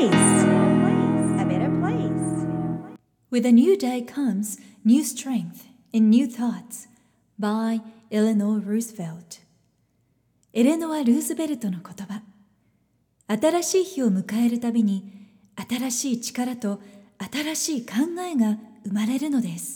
A better place. With a new day comes new strength and new thoughts by Eleanor Roosevelt。 エレノア・ルーズベルトの言葉。新しい日を迎えるたびに新しい力と新しい考えが生まれるのです。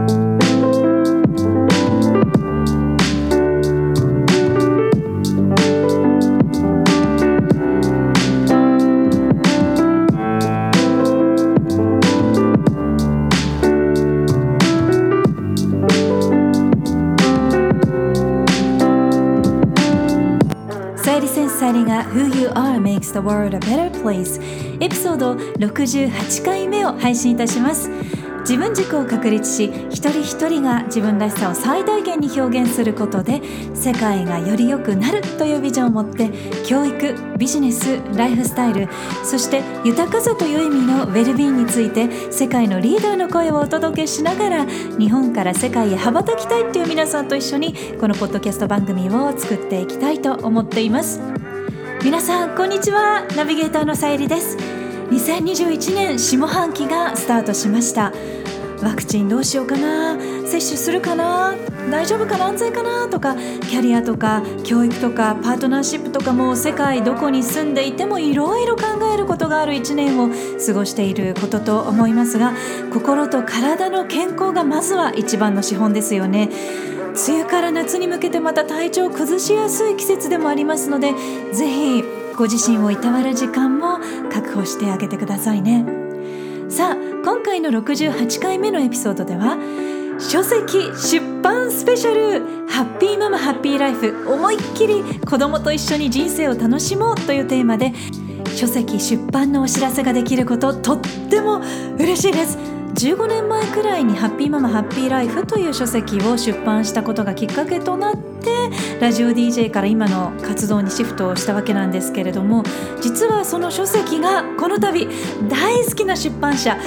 さゆりセンスさゆりが Who You Are Makes the World a Better Place エピソード68回目を配信いたします。自分軸を確立し、一人一人が自分らしさを最大限に表現することで世界がより良くなるというビジョンを持って、教育、ビジネス、ライフスタイル、そして豊かさという意味のウェルビーンについて世界のリーダーの声をお届けしながら、日本から世界へ羽ばたきたいという皆さんと一緒にこのポッドキャスト番組を作っていきたいと思っています。皆さんこんにちは。ナビゲーターのさゆりです。2021年下半期がスタートしました。ワクチンどうしようかな、接種するかな、大丈夫かな、安全かなとか、キャリアとか教育とかパートナーシップとか、もう世界どこに住んでいてもいろいろ考えることがある1年を過ごしていることと思いますが、心と体の健康がまずは一番の資本ですよね。梅雨から夏に向けてまた体調を崩しやすい季節でもありますので、ぜひご自身をいたわる時間も確保してあげてくださいね。さあ、今回の68回目のエピソードでは、書籍出版スペシャル、ハッピーママハッピーライフ、思いっきり子供と一緒に人生を楽しもうというテーマで、書籍出版のお知らせができること、とっても嬉しいです。15年前くらいにハッピーママハッピーライフという書籍を出版したことがきっかけとなって、ラジオ DJ から今の活動にシフトをしたわけなんですけれども、実はその書籍がこの度大好きな出版社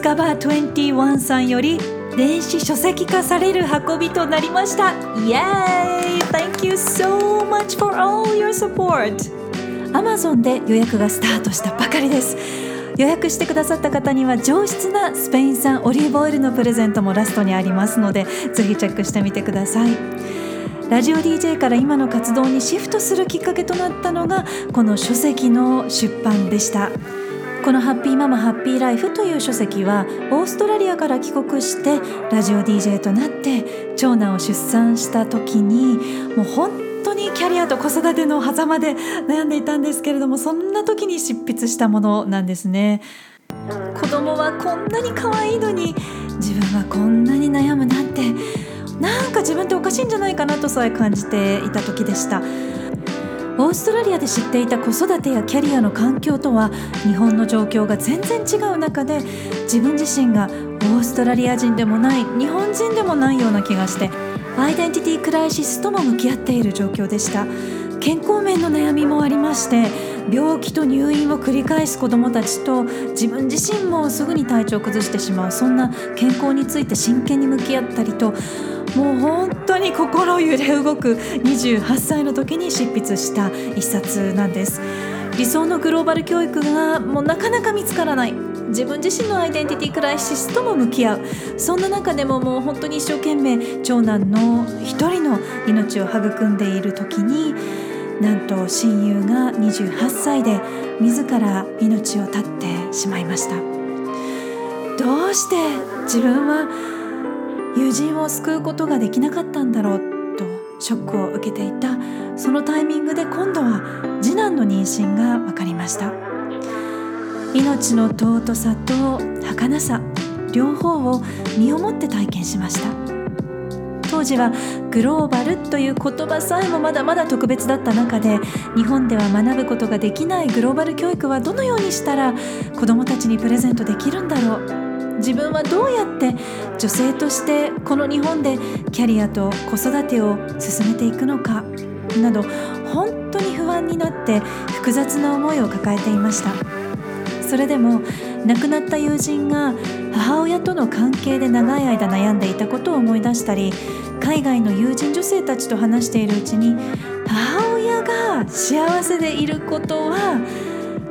Discover21 さんより電子書籍化される運びとなりました。イエーイ！ Thank you so much for all your support。 Amazon で予約がスタートしたばかりです。予約してくださった方には上質なスペイン産オリーブオイルのプレゼントもラストにありますので、ぜひチェックしてみてください。ラジオ DJ から今の活動にシフトするきっかけとなったのがこの書籍の出版でした。このハッピーママハッピーライフという書籍はオーストラリアから帰国してラジオ DJ となって長男を出産した時に、もう本当にキャリアと子育ての狭間で悩んでいたんですけれども、そんな時に執筆したものなんですね。子供はこんなに可愛いのに自分はこんなに悩むなんて、なんか自分っておかしいんじゃないかなとさえ感じていた時でした。オーストラリアで知っていた子育てやキャリアの環境とは日本の状況が全然違う中で、自分自身がオーストラリア人でもない日本人でもないような気がして、アイデンティティクライシスとも向き合っている状況でした。健康面の悩みもありまして、病気と入院を繰り返す子どもたちと自分自身もすぐに体調を崩してしまう、そんな健康について真剣に向き合ったりと、もう本当に心揺れ動く28歳の時に執筆した一冊なんです。理想のグローバル教育がもうなかなか見つからない、自分自身のアイデンティティクライシスとも向き合う、そんな中でももう本当に一生懸命長男の一人の命を育んでいる時に、なんと親友が28歳で自ら命を絶ってしまいました。どうして自分は友人を救うことができなかったんだろうとショックを受けていたそのタイミングで、今度は次男の妊娠が分かりました。命の尊さと儚さ、両方を身をもって体験しました。当時はグローバルという言葉さえもまだまだ特別だった中で、日本では学ぶことができないグローバル教育はどのようにしたら子どもたちにプレゼントできるんだろう、自分はどうやって女性としてこの日本でキャリアと子育てを進めていくのかなど、本当に不安になって複雑な思いを抱えていました。それでも亡くなった友人が母親との関係で長い間悩んでいたことを思い出したり、海外の友人女性たちと話しているうちに、母親が幸せでいることは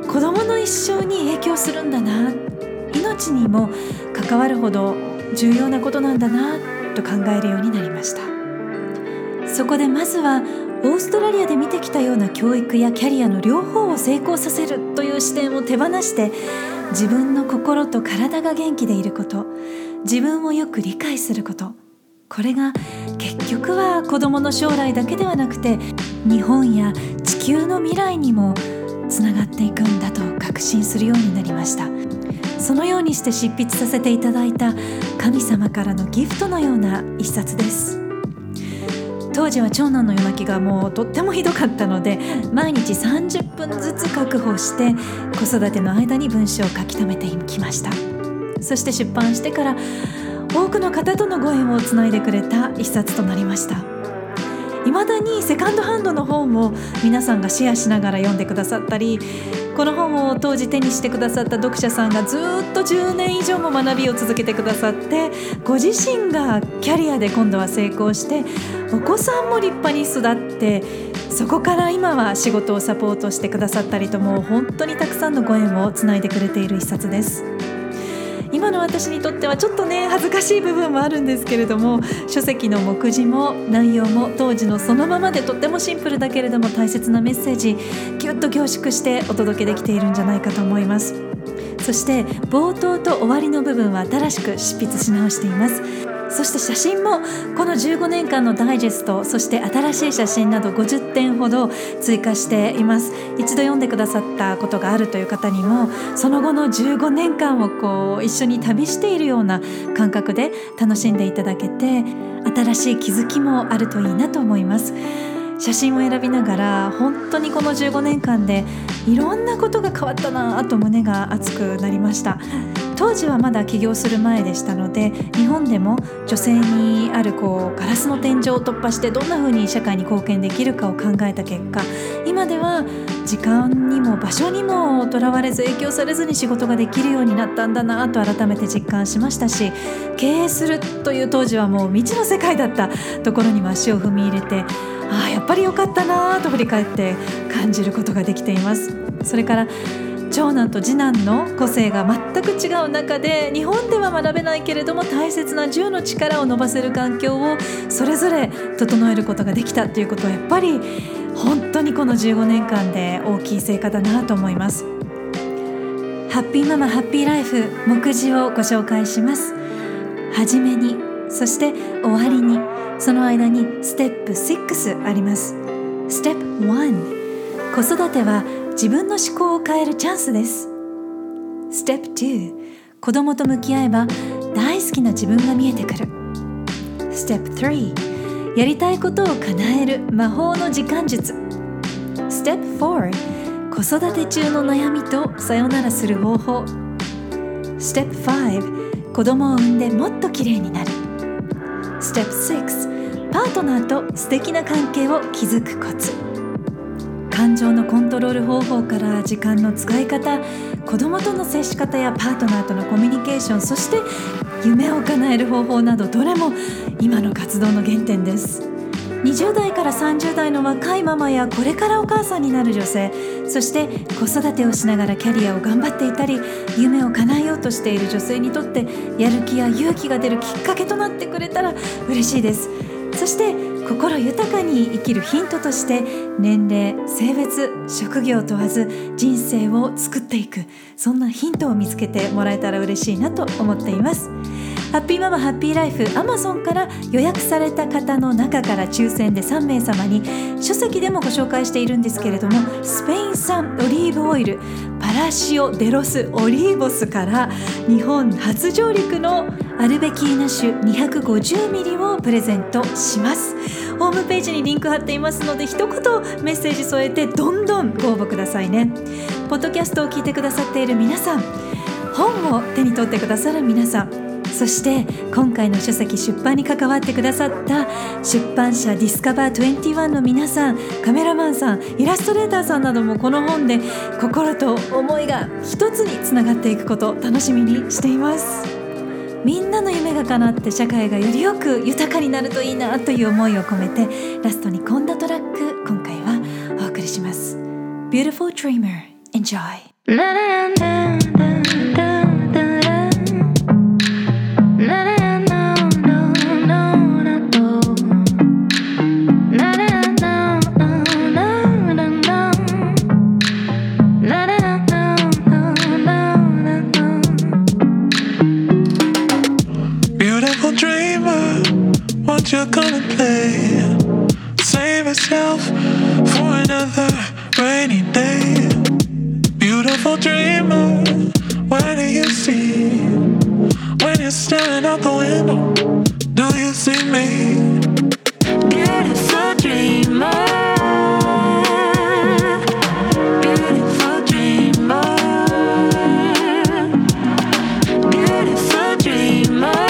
子供の一生に影響するんだな、命にも関わるほど重要なことなんだなと考えるようになりました。そこでまずはオーストラリアで見てきたような教育やキャリアの両方を成功させるという視点を手放して、自分の心と体が元気でいること、自分をよく理解すること、これが結局は子どもの将来だけではなくて日本や地球の未来にもつながっていくんだと確信するようになりました。そのようにして執筆させていただいた神様からのギフトのような一冊です。当時は長男の夜泣きがもうとってもひどかったので、毎日30分ずつ確保して子育ての間に文章を書き留めていきました。そして出版してから多くの方とのご縁をつないでくれた一冊となりました。未だにセカンドハンドの本を皆さんがシェアしながら読んでくださったり、この本を当時手にしてくださった読者さんがずっと10年以上も学びを続けてくださって、ご自身がキャリアで今度は成功してお子さんも立派に育って、そこから今は仕事をサポートしてくださったりと、もう本当にたくさんのご縁をつないでくれている一冊です。今の私にとってはちょっと恥ずかしい部分もあるんですけれども、書籍の目次も内容も当時のそのままでとってもシンプルだけれども大切なメッセージ、ぎゅっと凝縮してお届けできているんじゃないかと思います。そして冒頭と終わりの部分は新しく執筆し直しています。そして写真もこの15年間のダイジェスト、そして新しい写真など50点ほど追加しています。一度読んでくださったことがあるという方にも、その後の15年間を一緒に旅しているような感覚で楽しんでいただけて、新しい気づきもあるといいなと思います。写真を選びながら本当にこの15年間でいろんなことが変わったなと胸が熱くなりました。当時はまだ起業する前でしたので、日本でも女性にあるガラスの天井を突破してどんな風に社会に貢献できるかを考えた結果、今では時間にも場所にもとらわれず影響されずに仕事ができるようになったんだなと改めて実感しましたし、経営するという当時はもう未知の世界だったところにも足を踏み入れて、やっぱり良かったなと振り返って感じることができています。それから長男と次男の個性が全く違う中で、日本では学べないけれども大切な10の力を伸ばせる環境をそれぞれ整えることができたということは、やっぱり本当にこの15年間で大きい成果だなと思います。ハッピーママハッピーライフ目次をご紹介します。はじめに、そして終わりに、その間にステップ6あります。ステップ1、子育ては自分の思考を変えるチャンスです。ステップ2、子供と向き合えば大好きな自分が見えてくる。ステップ3、やりたいことを叶える魔法の時間術。ステップ4、子育て中の悩みとさよならする方法。ステップ5、子供を産んでもっと綺麗になる。ステップ6、パートナーと素敵な関係を築くコツ。感情のコントロール方法から時間の使い方、子供との接し方やパートナーとのコミュニケーション、そして夢を叶える方法など、どれも今の活動の原点です。20代から30代の若いママやこれからお母さんになる女性、そして子育てをしながらキャリアを頑張っていたり夢を叶えようとしている女性にとってやる気や勇気が出るきっかけとなってくれたら嬉しいです。そして心豊かに生きるヒントとして、年齢、性別、職業問わず人生を作っていく、そんなヒントを見つけてもらえたら嬉しいなと思っています。ハッピーママハッピーライフ Amazon から予約された方の中から抽選で3名様に、書籍でもご紹介しているんですけれども、スペイン産オリーブオイルパラシオデロスオリーボスから日本初上陸のアルベキーナ種 250ml をプレゼントします。ホームページにリンク貼っていますので、一言メッセージ添えてどんどんご応募くださいね。ポッドキャストを聞いてくださっている皆さん、本を手に取ってくださる皆さん、そして今回の書籍出版に関わってくださった出版社ディスカバー21の皆さん、カメラマンさん、イラストレーターさんなどもこの本で心と思いが一つにつながっていくことを楽しみにしています。みんなの夢が叶って社会がよりよく豊かになるといいなという思いを込めて、ラストにこんなトラック今回はお送りします。 Beautiful Dreamer, Enjoy。 Beautiful dreamer, what you gonna play? Save yourself for another rainy day. Beautiful dreamer, where do you see? When you're staring out the window, do you see me? Beautiful dreamer, beautiful dreamer, beautiful dreamer.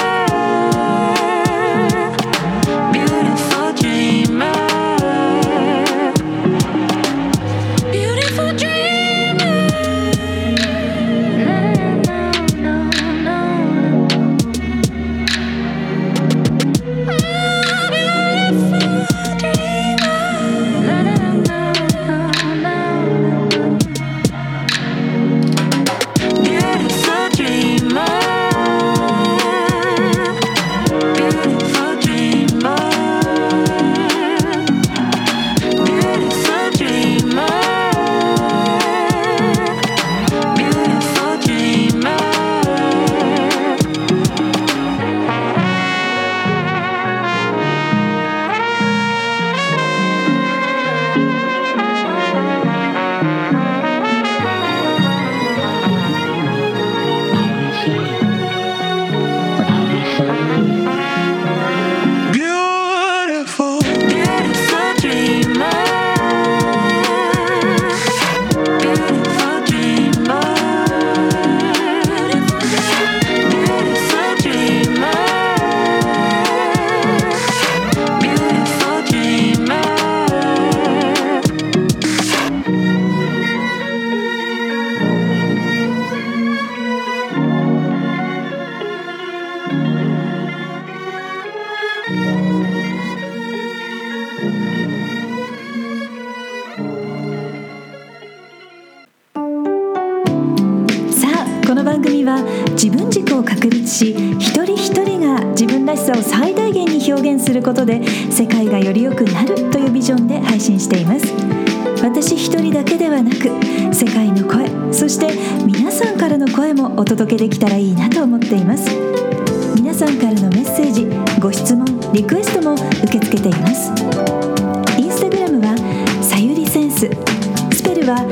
この番組は自分軸を確立し、一人一人が自分らしさを最大限に表現することで世界がより良くなるというビジョンで配信しています。私一人だけではなく、世界の声、そして皆さんからの声もお届けできたらいいなと思っています。皆さんからのメッセージ、ご質問、リクエストも受け付けています。インスタグラムはさゆりセンス、スペルは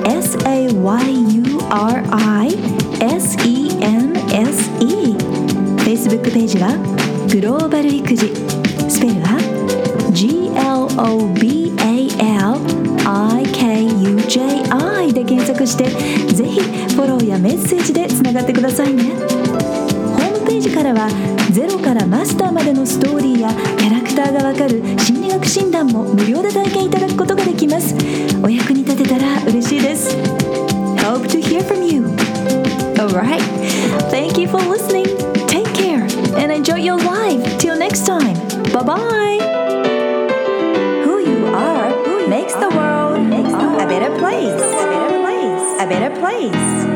SAYURISENSE。 Facebook ページはグローバル育児、スペルは GLOBALIKUJI で検索して、ぜひフォローやメッセージでつながってくださいね。ホームページからはゼロからマスターまでのストーリーやキャラクターがわかる心理学診断も無料で体験いただくことができます。お役に立てたら嬉しいです。 Hope to hear from you. Alright, thank you for listening. Take care and enjoy your life. Till next time. Bye bye. Who you are makes the world a better place. A better place.